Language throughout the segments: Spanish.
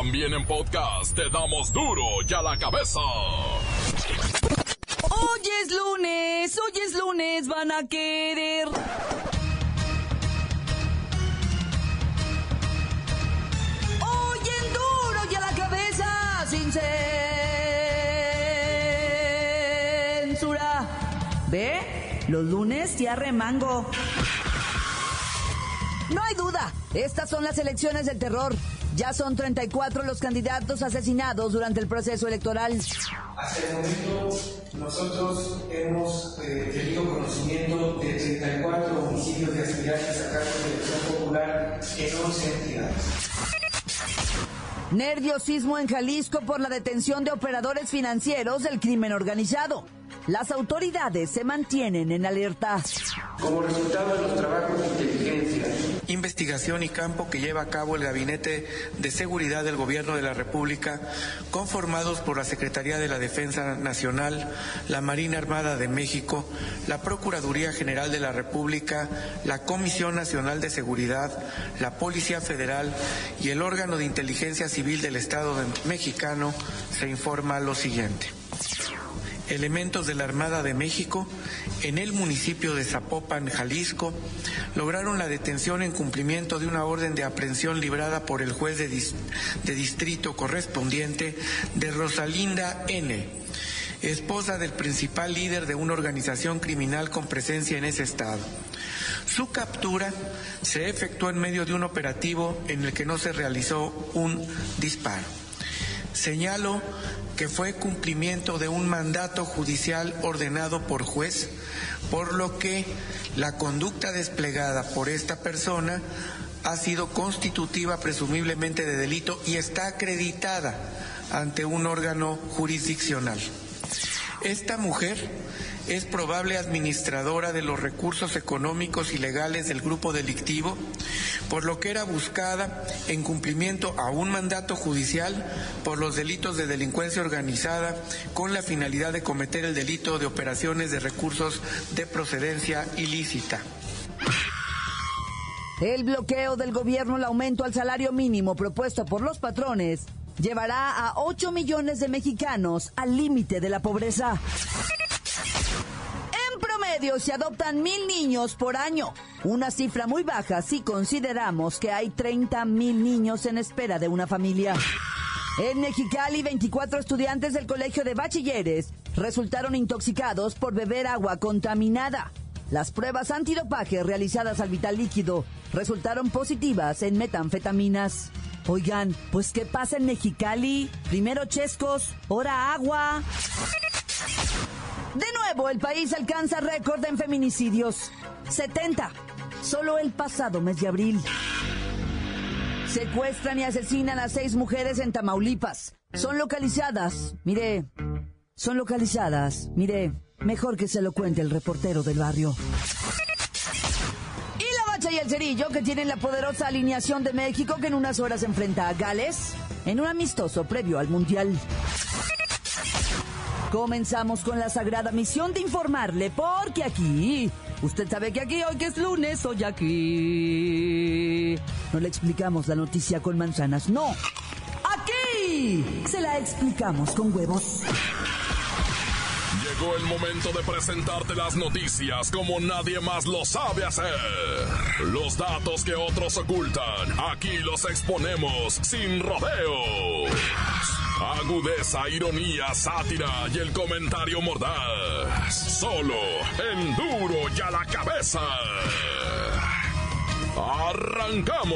También en podcast te damos duro y a la cabeza. Hoy es lunes, van a querer. Hoy en duro y a la cabeza, sin censura. ¿Ve? Los lunes ya remango. No hay duda, estas son las elecciones del terror. Ya son 34 los candidatos asesinados durante el proceso electoral. Hasta el momento, nosotros hemos tenido conocimiento de 34 homicidios de aspirantes a cargos de elección popular en 11 entidades. Nerviosismo en Jalisco por la detención de operadores financieros del crimen organizado. Las autoridades se mantienen en alerta. Como resultado de los trabajos de inteligencia, investigación y campo que lleva a cabo el Gabinete de Seguridad del Gobierno de la República, conformados por la Secretaría de la Defensa Nacional, la Marina Armada de México, la Procuraduría General de la República, la Comisión Nacional de Seguridad, la Policía Federal y el órgano de inteligencia civil del Estado mexicano, se informa lo siguiente. Elementos de la Armada de México, en el municipio de Zapopan, Jalisco, lograron la detención en cumplimiento de una orden de aprehensión librada por el juez de distrito correspondiente de Rosalinda N., esposa del principal líder de una organización criminal con presencia en ese estado. Su captura se efectuó en medio de un operativo en el que no se realizó un disparo. Señalo que fue cumplimiento de un mandato judicial ordenado por juez, por lo que la conducta desplegada por esta persona ha sido constitutiva presumiblemente de delito y está acreditada ante un órgano jurisdiccional. Esta mujer es probable administradora de los recursos económicos y legales del grupo delictivo, por lo que era buscada en cumplimiento a un mandato judicial por los delitos de delincuencia organizada con la finalidad de cometer el delito de operaciones de recursos de procedencia ilícita. El bloqueo del gobierno al aumento al salario mínimo propuesto por los patrones llevará a 8 millones de mexicanos al límite de la pobreza. Se adoptan 1,000 niños por año, una cifra muy baja si consideramos que hay 30,000 niños en espera de una familia. En Mexicali, 24 estudiantes del Colegio de Bachilleres resultaron intoxicados por beber agua contaminada. Las pruebas antidopaje realizadas al vital líquido resultaron positivas en metanfetaminas. Oigan, pues ¿qué pasa en Mexicali? Primero chescos, ahora agua. De nuevo, el país alcanza récord en feminicidios. 70, solo el pasado mes de abril. Secuestran y asesinan a 6 mujeres en Tamaulipas. Son localizadas, mire, mejor que se lo cuente el reportero del barrio. Y la Bacha y el Cerillo, que tienen la poderosa alineación de México, que en unas horas enfrenta a Gales en un amistoso previo al Mundial. Comenzamos con la sagrada misión de informarle, porque aquí, usted sabe que aquí, hoy que es lunes, hoy aquí, no le explicamos la noticia con manzanas, no, aquí se la explicamos con huevos. Llegó el momento de presentarte las noticias como nadie más lo sabe hacer. Los datos que otros ocultan, aquí los exponemos sin rodeos. Agudeza, ironía, sátira y el comentario mordaz. Solo en Duro y a la Cabeza. ¡Arrancamos!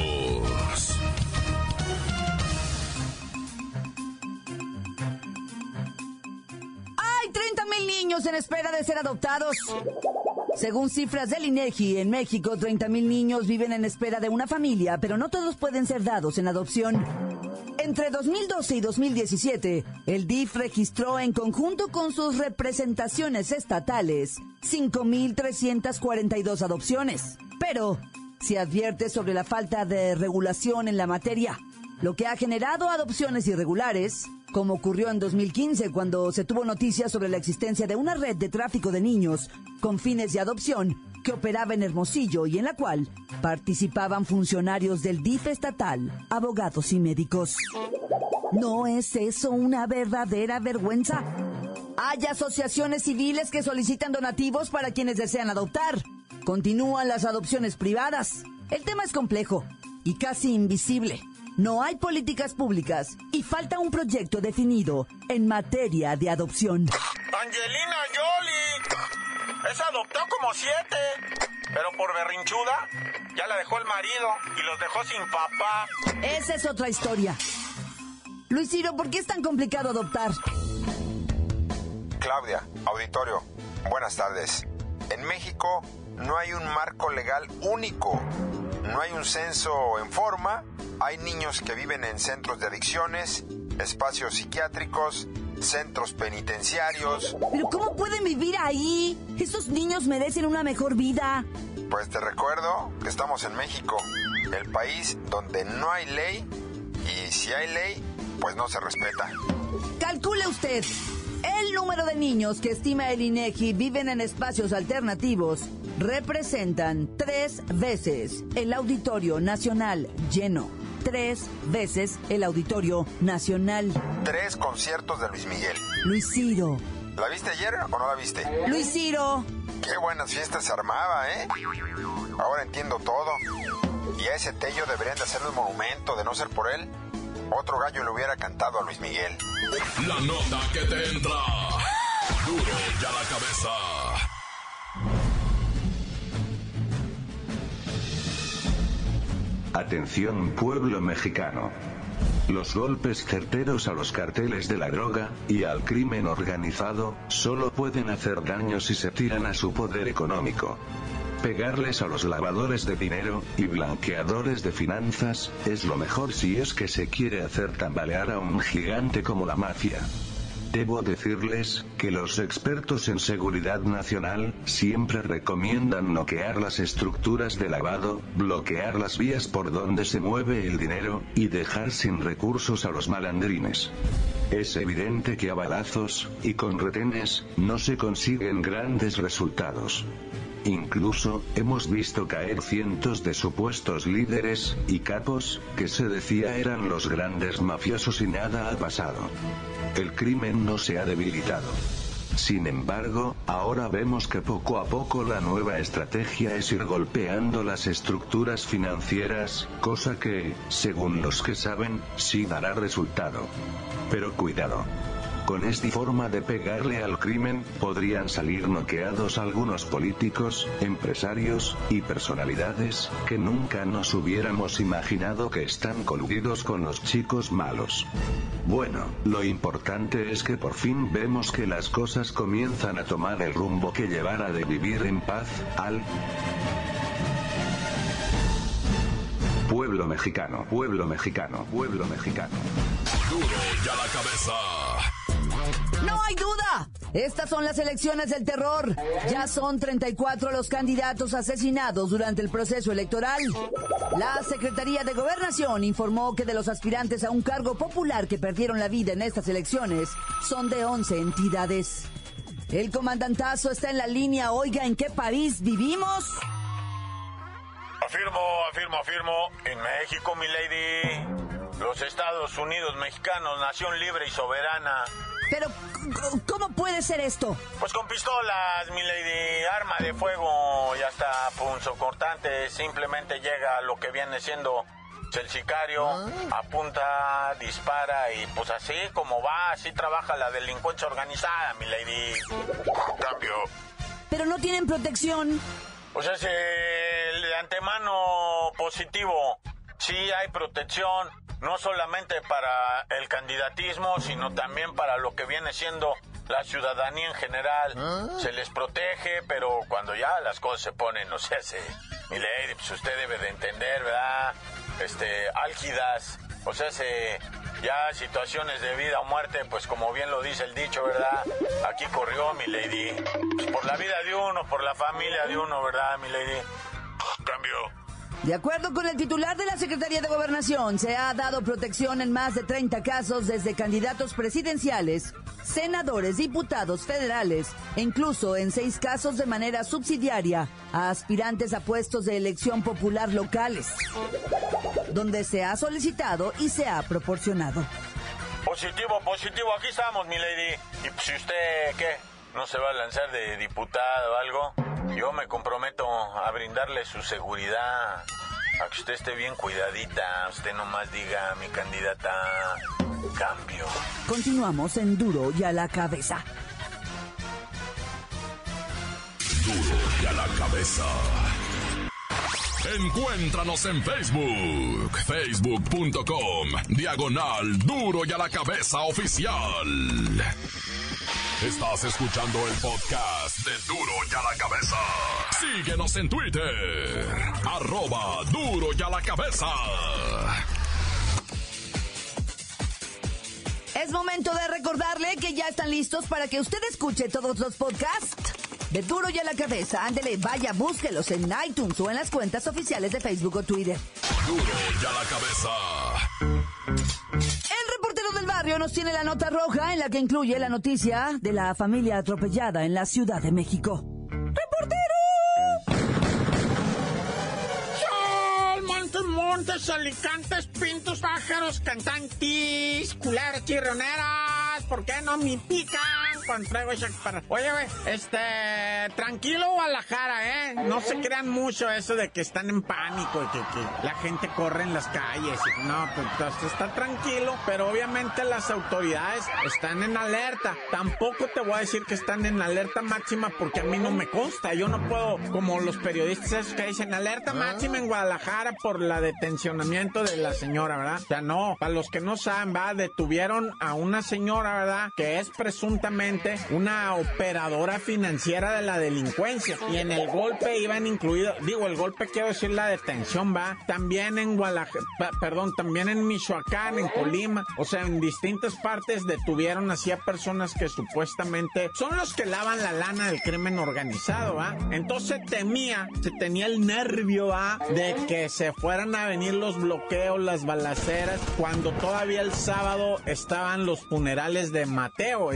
Hay 30,000 niños en espera de ser adoptados. Según cifras del INEGI, en México 30,000 niños viven en espera de una familia, pero no todos pueden ser dados en adopción. Entre 2012 y 2017, el DIF registró en conjunto con sus representaciones estatales 5,342 adopciones. Pero se advierte sobre la falta de regulación en la materia, lo que ha generado adopciones irregulares, como ocurrió en 2015 cuando se tuvo noticia sobre la existencia de una red de tráfico de niños con fines de adopción que operaba en Hermosillo y en la cual participaban funcionarios del DIF estatal, abogados y médicos. ¿No es eso una verdadera vergüenza? Hay asociaciones civiles que solicitan donativos para quienes desean adoptar. Continúan las adopciones privadas. El tema es complejo y casi invisible. No hay políticas públicas y falta un proyecto definido en materia de adopción. Angelina Jolie. Esa adoptó como 7. Pero por berrinchuda, ya la dejó el marido y los dejó sin papá. Esa es otra historia. Luis Ciro, ¿por qué es tan complicado adoptar? Claudia, auditorio, buenas tardes. En México no hay un marco legal único. No hay un censo en forma. Hay niños que viven en centros de adicciones, espacios psiquiátricos, centros penitenciarios. ¿Pero cómo pueden vivir ahí? Esos niños merecen una mejor vida. Pues te recuerdo que estamos en México, el país donde no hay ley, y si hay ley, pues no se respeta. Calcule usted. El número de niños que estima el INEGI viven en espacios alternativos representan 3 veces el Auditorio Nacional lleno. 3 veces el Auditorio Nacional. 3 conciertos de Luis Miguel. Luis Ciro. ¿La viste ayer o no la viste? Luis Ciro. Qué buenas fiestas se armaba, ¿eh? Ahora entiendo todo. Y a ese Tello deberían de hacerle un monumento. De no ser por él, otro gallo le hubiera cantado a Luis Miguel. La nota que te entra. Duro ya la cabeza. Atención, pueblo mexicano. Los golpes certeros a los carteles de la droga y al crimen organizado solo pueden hacer daño si se tiran a su poder económico. Pegarles a los lavadores de dinero y blanqueadores de finanzas es lo mejor si es que se quiere hacer tambalear a un gigante como la mafia. Debo decirles que los expertos en seguridad nacional siempre recomiendan noquear las estructuras de lavado, bloquear las vías por donde se mueve el dinero y dejar sin recursos a los malandrines. Es evidente que a balazos y con retenes no se consiguen grandes resultados. Incluso, hemos visto caer cientos de supuestos líderes y capos, que se decía eran los grandes mafiosos y nada ha pasado. El crimen no se ha debilitado. Sin embargo, ahora vemos que poco a poco la nueva estrategia es ir golpeando las estructuras financieras, cosa que, según los que saben, sí dará resultado. Pero cuidado. Con esta forma de pegarle al crimen, podrían salir noqueados algunos políticos, empresarios y personalidades que nunca nos hubiéramos imaginado que están coludidos con los chicos malos. Bueno, lo importante es que por fin vemos que las cosas comienzan a tomar el rumbo que llevará de vivir en paz al pueblo mexicano, pueblo mexicano, pueblo mexicano. Duro ya la cabeza. ¡No hay duda! Estas son las elecciones del terror. Ya son 34 los candidatos asesinados durante el proceso electoral. La Secretaría de Gobernación informó que de los aspirantes a un cargo popular que perdieron la vida en estas elecciones, son de 11 entidades. El comandantazo está en la línea. Oiga, ¿en qué país vivimos? Afirmo. En México, mi lady. Los Estados Unidos mexicanos, nación libre y soberana. Pero, ¿cómo puede ser esto? Pues con pistolas, mi lady, arma de fuego y hasta punzocortante. Simplemente llega lo que viene siendo el sicario, apunta, dispara y pues así como va, así trabaja la delincuencia organizada, mi lady. Cambio. Pero no tienen protección. Pues es de antemano positivo. Sí hay protección, no solamente para el candidatismo, sino también para lo que viene siendo la ciudadanía en general. Se les protege, pero cuando ya las cosas se ponen, no sé, mi lady, pues usted debe de entender, ¿verdad? Álgidas, o sea, ya situaciones de vida o muerte, pues como bien lo dice el dicho, ¿verdad? Aquí corrió, mi lady. Pues por la vida de uno, por la familia de uno, ¿verdad, mi lady? Cambio. De acuerdo con el titular de la Secretaría de Gobernación, se ha dado protección en más de 30 casos desde candidatos presidenciales, senadores, diputados federales e incluso en 6 casos de manera subsidiaria a aspirantes a puestos de elección popular locales, donde se ha solicitado y se ha proporcionado. Positivo, aquí estamos, mi lady. Y pues, si usted, ¿qué? ¿No se va a lanzar de diputada o algo? Yo me comprometo a brindarle su seguridad, a que usted esté bien cuidadita. Usted nomás diga, mi candidata, cambio. Continuamos en Duro y a la Cabeza. Duro y a la Cabeza. Encuéntranos en Facebook, facebook.com/Duro y a la Cabeza Oficial. Estás escuchando el podcast de Duro y a la Cabeza. Síguenos en Twitter, @Duro y a la Cabeza. Es momento de recordarle que ya están listos para que usted escuche todos los podcasts de Duro y a la Cabeza. Ándele, vaya, búsquelos en iTunes o en las cuentas oficiales de Facebook o Twitter. Duro y a la Cabeza. El reportero del barrio nos tiene la nota roja en la que incluye la noticia de la familia atropellada en la Ciudad de México. ¡Reportero! Montes, alicantes, pintos, pájaros, cantantes, culebras, chirrioneras, ¿por qué no me pican cuando traigo esa para? Oye, güey, tranquilo Guadalajara, no se crean mucho eso de que están en pánico y que la gente corre en las calles. No, pues está tranquilo, pero obviamente las autoridades están en alerta. Tampoco te voy a decir que están en alerta máxima porque a mí no me consta. Yo no puedo, como los periodistas esos que dicen alerta máxima en Guadalajara por la detencionamiento de la señora, ¿verdad? O sea, no, para los que no saben, ¿verdad? Detuvieron a una señora, ¿verdad? Que es presuntamente una operadora financiera de la delincuencia. Y en el golpe iban incluidos, el golpe quiero decir la detención, ¿va? También en también en Michoacán, en Colima, o sea, en distintas partes detuvieron así a personas que supuestamente son los que lavan la lana del crimen organizado, ¿va? Entonces se tenía el nervio, ¿va? De que se fueran a venir los bloqueos, las balaceras, cuando todavía el sábado estaban los funerales de Tadeo,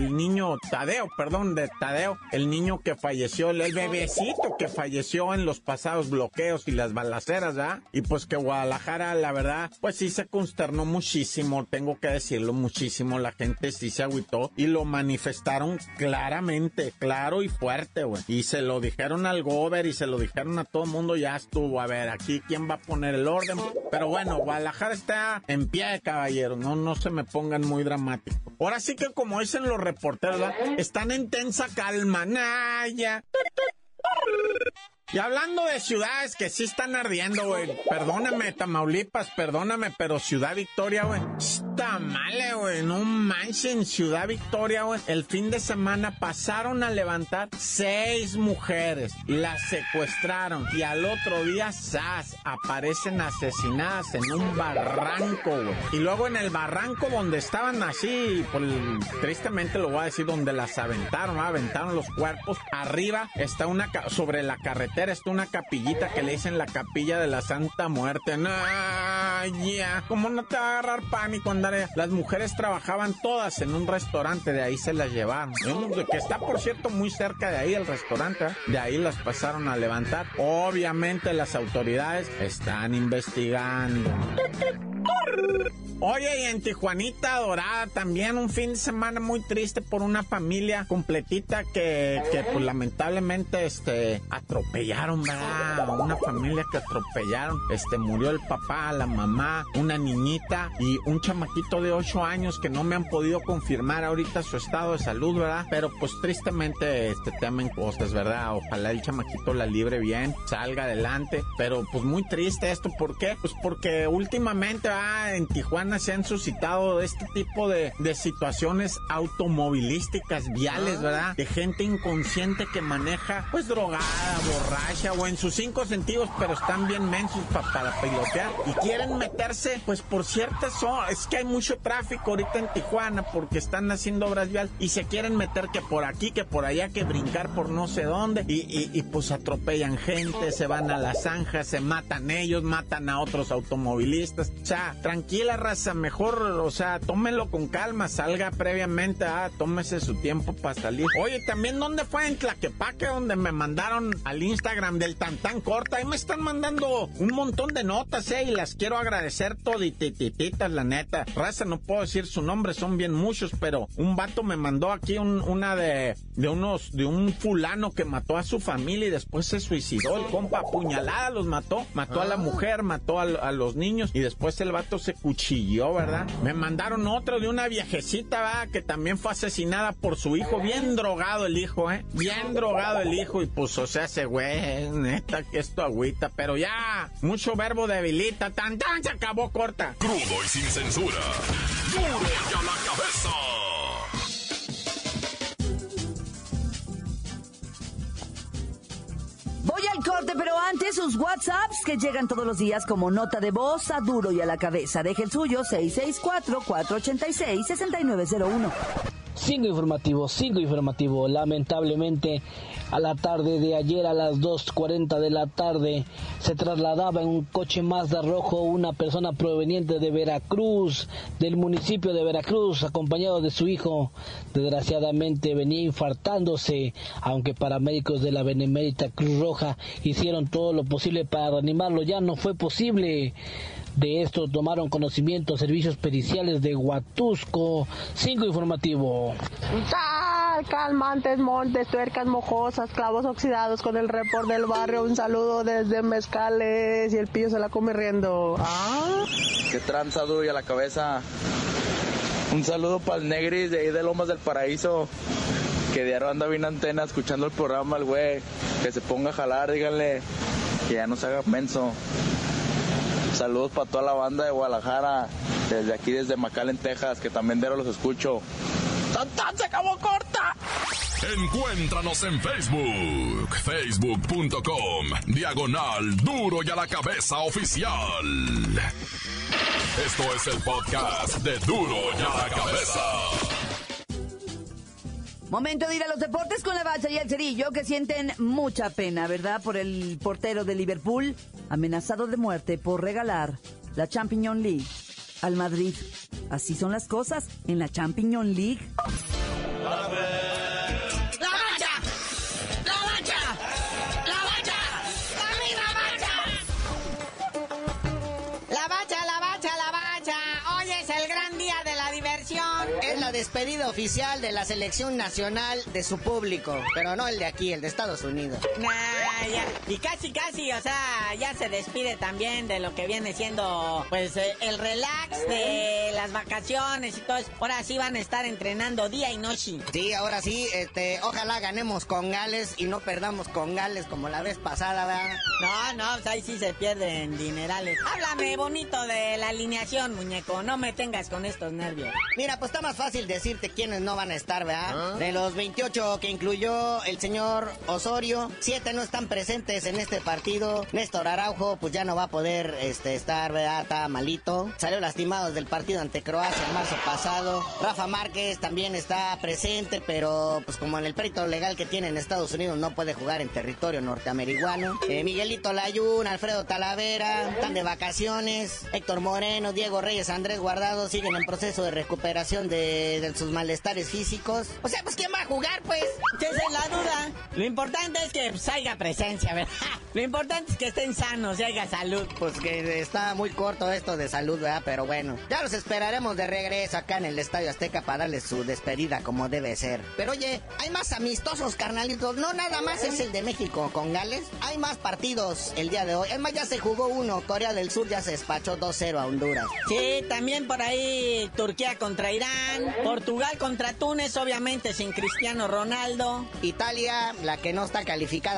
el niño que falleció, el bebecito que falleció en los pasados bloqueos y las balaceras, ¿verdad? Y pues que Guadalajara, la verdad, pues sí se consternó muchísimo, tengo que decirlo, muchísimo, la gente sí se agüitó y lo manifestaron claramente, claro y fuerte, güey. Y se lo dijeron al gober y se lo dijeron a todo el mundo, ya estuvo, a ver, aquí quién va a poner el orden. Pero bueno, Guadalajara está en pie, caballero, no se me pongan muy dramáticos. Ahora sí que como dicen los reporteros, ¿verdad? Están en tensa calma, Naya. Y hablando de ciudades que sí están ardiendo, güey. Perdóname, Tamaulipas, pero Ciudad Victoria, güey. Está mal, güey. No manches, en Ciudad Victoria, güey. El fin de semana pasaron a levantar 6 mujeres. Las secuestraron. Y al otro día, ¡zas! Aparecen asesinadas en un barranco, güey. Y luego en el barranco donde estaban así, pues, tristemente lo voy a decir, donde las aventaron, ¿no? Aventaron los cuerpos. Arriba está sobre la carretera está una capillita que le dicen la capilla de la Santa Muerte. Ya, ¿cómo no te va a agarrar pánico andar allá? Las mujeres trabajaban todas en un restaurante, de ahí se las llevaron. Que está, por cierto, muy cerca de ahí el restaurante, ¿eh? De ahí las pasaron a levantar. Obviamente las autoridades están investigando. Oye, y en Tijuanita Dorada también un fin de semana muy triste por una familia completita que pues lamentablemente atropellaron, ¿verdad? Una familia que atropellaron, murió el papá, la mamá, una niñita y un chamaquito de 8 años que no me han podido confirmar ahorita su estado de salud, ¿verdad? Pero pues tristemente temen cosas, ¿verdad? Ojalá el chamaquito la libre bien, salga adelante, pero pues muy triste esto, ¿por qué? Pues porque últimamente en Tijuana semana se han suscitado este tipo de situaciones automovilísticas viales, ¿verdad? De gente inconsciente que maneja, pues, drogada, borracha o en sus 5 sentidos, pero están bien mensos para pilotear y quieren meterse, pues, por ciertas zonas. Es que hay mucho tráfico ahorita en Tijuana porque están haciendo obras viales y se quieren meter que por aquí, que por allá, que brincar por no sé dónde y pues atropellan gente, se van a las zanjas, se matan ellos, matan a otros automovilistas. O sea, tranquila, raza, mejor, o sea, tómenlo con calma, salga previamente, tómese su tiempo para salir. Oye, también, ¿dónde fue? En Tlaquepaque, donde me mandaron al Instagram del Tantán Corta. Ahí me están mandando un montón de notas, y las quiero agradecer toditititas, la neta. Raza, no puedo decir su nombre, son bien muchos, pero un vato me mandó aquí una de un fulano que mató a su familia y después se suicidó. El compa apuñalada los mató a la mujer, mató a los niños y después el vato se cuchilló, ¿verdad? Me mandaron otro de una viejecita, ¿verdad? Que también fue asesinada por su hijo, bien drogado el hijo, bien drogado el hijo y pues, o sea, ese güey, neta, que esto agüita, pero ya, mucho verbo debilita, tan, se acabó corta. Crudo y sin censura, duro y a la cabeza. Voy al corte, pero antes sus WhatsApps que llegan todos los días como nota de voz a Duro y a la Cabeza. Deje el suyo, 664-486-6901. Cinco informativo. Lamentablemente, a la tarde de ayer, a las 2:40 de la tarde, se trasladaba en un coche Mazda rojo una persona proveniente de Veracruz, del municipio de Veracruz, acompañado de su hijo. Desgraciadamente venía infartándose, aunque paramédicos de la Benemérita Cruz Roja hicieron todo lo posible para reanimarlo, ya no fue posible. De esto tomaron conocimiento servicios periciales de Huatusco. 5 informativo. Calmantes, montes, tuercas mojosas, clavos oxidados con el report del barrio. Un saludo desde Mezcales y el pillo se la come riendo. Qué tranza, Duro y a la Cabeza. Un saludo para el Negris de ahí de Lomas del Paraíso, que diario anda bien antena escuchando el programa, el güey. Que se ponga a jalar, díganle que ya no se haga menso. Saludos para toda la banda de Guadalajara, desde aquí, desde McAllen, Texas, que también de los escucho. ¡Tan, se acabó corta! Encuéntranos en Facebook, facebook.com/Duro y a la Cabeza Oficial. Esto es el podcast de Duro y a la Cabeza. Momento de ir a los deportes con la Bacha y el Cerillo, que sienten mucha pena, ¿verdad? Por el portero de Liverpool, amenazado de muerte por regalar la Champions League al Madrid. Así son las cosas en la Champions League. Es la despedida oficial de la selección nacional de su público, pero no el de aquí, el de Estados Unidos. Ya. Y casi, o sea, ya se despide también de lo que viene siendo, pues, el relax de las vacaciones y todo eso. Ahora sí van a estar entrenando día y noche. Sí, ahora sí, ojalá ganemos con Gales y no perdamos con Gales como la vez pasada, ¿verdad? No, pues ahí sí se pierden dinerales. Háblame bonito de la alineación, muñeco, no me tengas con estos nervios. Mira, pues está más fácil decirte quiénes no van a estar, ¿verdad? De los 28 que incluyó el señor Osorio, 7 no están presentes en este partido. Néstor Araujo, pues ya no va a poder estar, ¿verdad? Está malito. Salió lastimado del partido ante Croacia en marzo pasado. Rafa Márquez también está presente, pero pues como en el perito legal que tiene en Estados Unidos no puede jugar en territorio norteamericano. Miguelito Layún, Alfredo Talavera, están de vacaciones. Héctor Moreno, Diego Reyes, Andrés Guardado siguen en proceso de recuperación de sus malestares físicos. O sea, pues ¿quién va a jugar, pues? Esa es la duda. Lo importante es que pues, haya presencia, ¿verdad? Lo importante es que estén sanos y haya salud. Pues que está muy corto esto de salud, ¿verdad? Pero bueno, ya los esperaremos de regreso acá en el Estadio Azteca para darles su despedida como debe ser. Pero oye, hay más amistosos, carnalitos. No nada más es el de México con Gales. Hay más partidos el día de hoy. Además ya se jugó uno. Corea del Sur ya se despachó 2-0 a Honduras. Sí, también por ahí Turquía contra Irán. Portugal contra Túnez, obviamente sin Cristiano Ronaldo. Italia, la que no está calificada, pero pues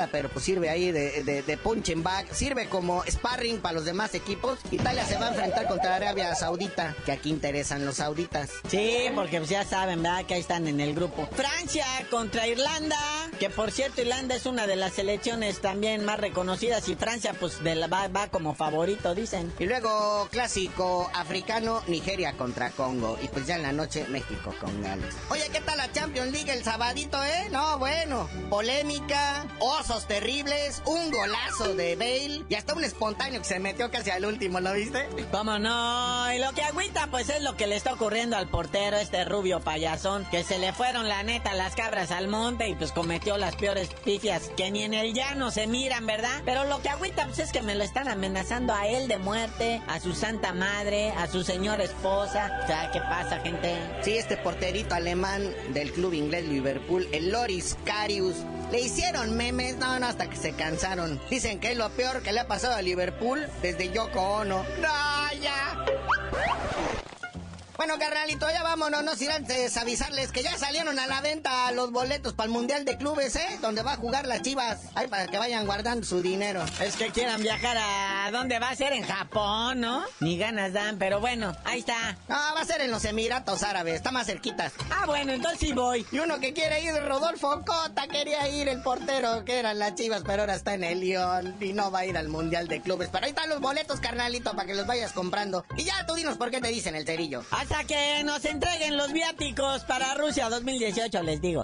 sirve ahí de punching bag, sirve como sparring para los demás equipos. Italia se va a enfrentar contra Arabia Saudita, que aquí interesan los sauditas. Sí, porque pues ya saben, ¿verdad? Que ahí están en el grupo. Francia contra Irlanda, que por cierto Irlanda es una de las selecciones también más reconocidas y Francia pues va como favorito, dicen. Y luego clásico africano, Nigeria contra Congo. Y pues ya en la noche México con Gales. Oye, ¿qué tal la Champions League el sabadito, No, bueno, polémica, osos terribles, un golazo de Bale y hasta un espontáneo que se metió casi al último, ¿lo viste? ¿Cómo no? Y lo que agüita pues es lo que le está ocurriendo al portero, este rubio payasón, que se le fueron la neta las cabras al monte y pues cometió las peores pifias que ni en el llano se miran, ¿verdad? Pero lo que agüita pues es que me lo están amenazando a él de muerte, a su santa madre, a su señora esposa. O sea, ¿qué pasa, gente? Sí, este porterito alemán del club inglés Liverpool, el Loris Karius, le hicieron memes, no, hasta que se cansaron. Dicen que es lo peor que le ha pasado a Liverpool desde Yoko Ono. ¡No, ya! Bueno, carnalito, ya vámonos, no sin antes avisarles que ya salieron a la venta los boletos para el Mundial de Clubes, donde va a jugar las Chivas. Ahí para que vayan guardando su dinero. Es que quieran viajar a... ¿dónde va a ser? En Japón, ¿no? Ni ganas dan, pero bueno, ahí está. No, va a ser en los Emiratos Árabes, está más cerquitas. Ah, bueno, entonces sí voy. Y uno que quiere ir, Rodolfo Cota, quería ir, el portero que eran las Chivas, pero ahora está en el Lyon y no va a ir al Mundial de Clubes. Pero ahí están los boletos, carnalito, para que los vayas comprando. Y ya tú dinos por qué te dicen el cerillo. Hasta que nos entreguen los viáticos para Rusia 2018, les digo.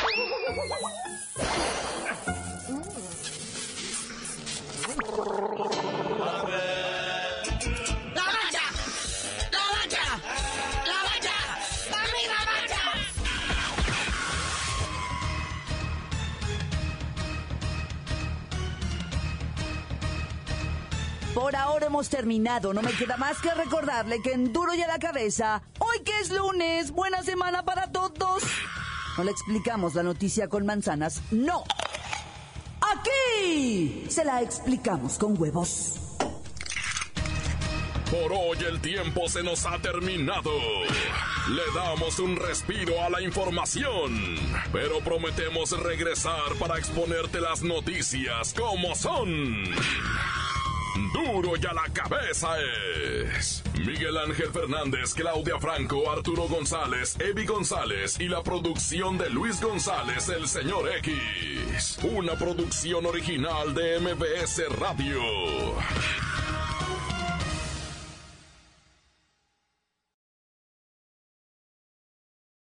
Por ahora hemos terminado. No me queda más que recordarle que en Duro y a la Cabeza, hoy que es lunes, buena semana para todos. No le explicamos la noticia con manzanas, no. Aquí se la explicamos con huevos. Por hoy el tiempo se nos ha terminado. Le damos un respiro a la información, pero prometemos regresar para exponerte las noticias como son. Duro y a la Cabeza es Miguel Ángel Fernández, Claudia Franco, Arturo González, Evi González y la producción de Luis González, el señor X. Una producción original de MBS Radio.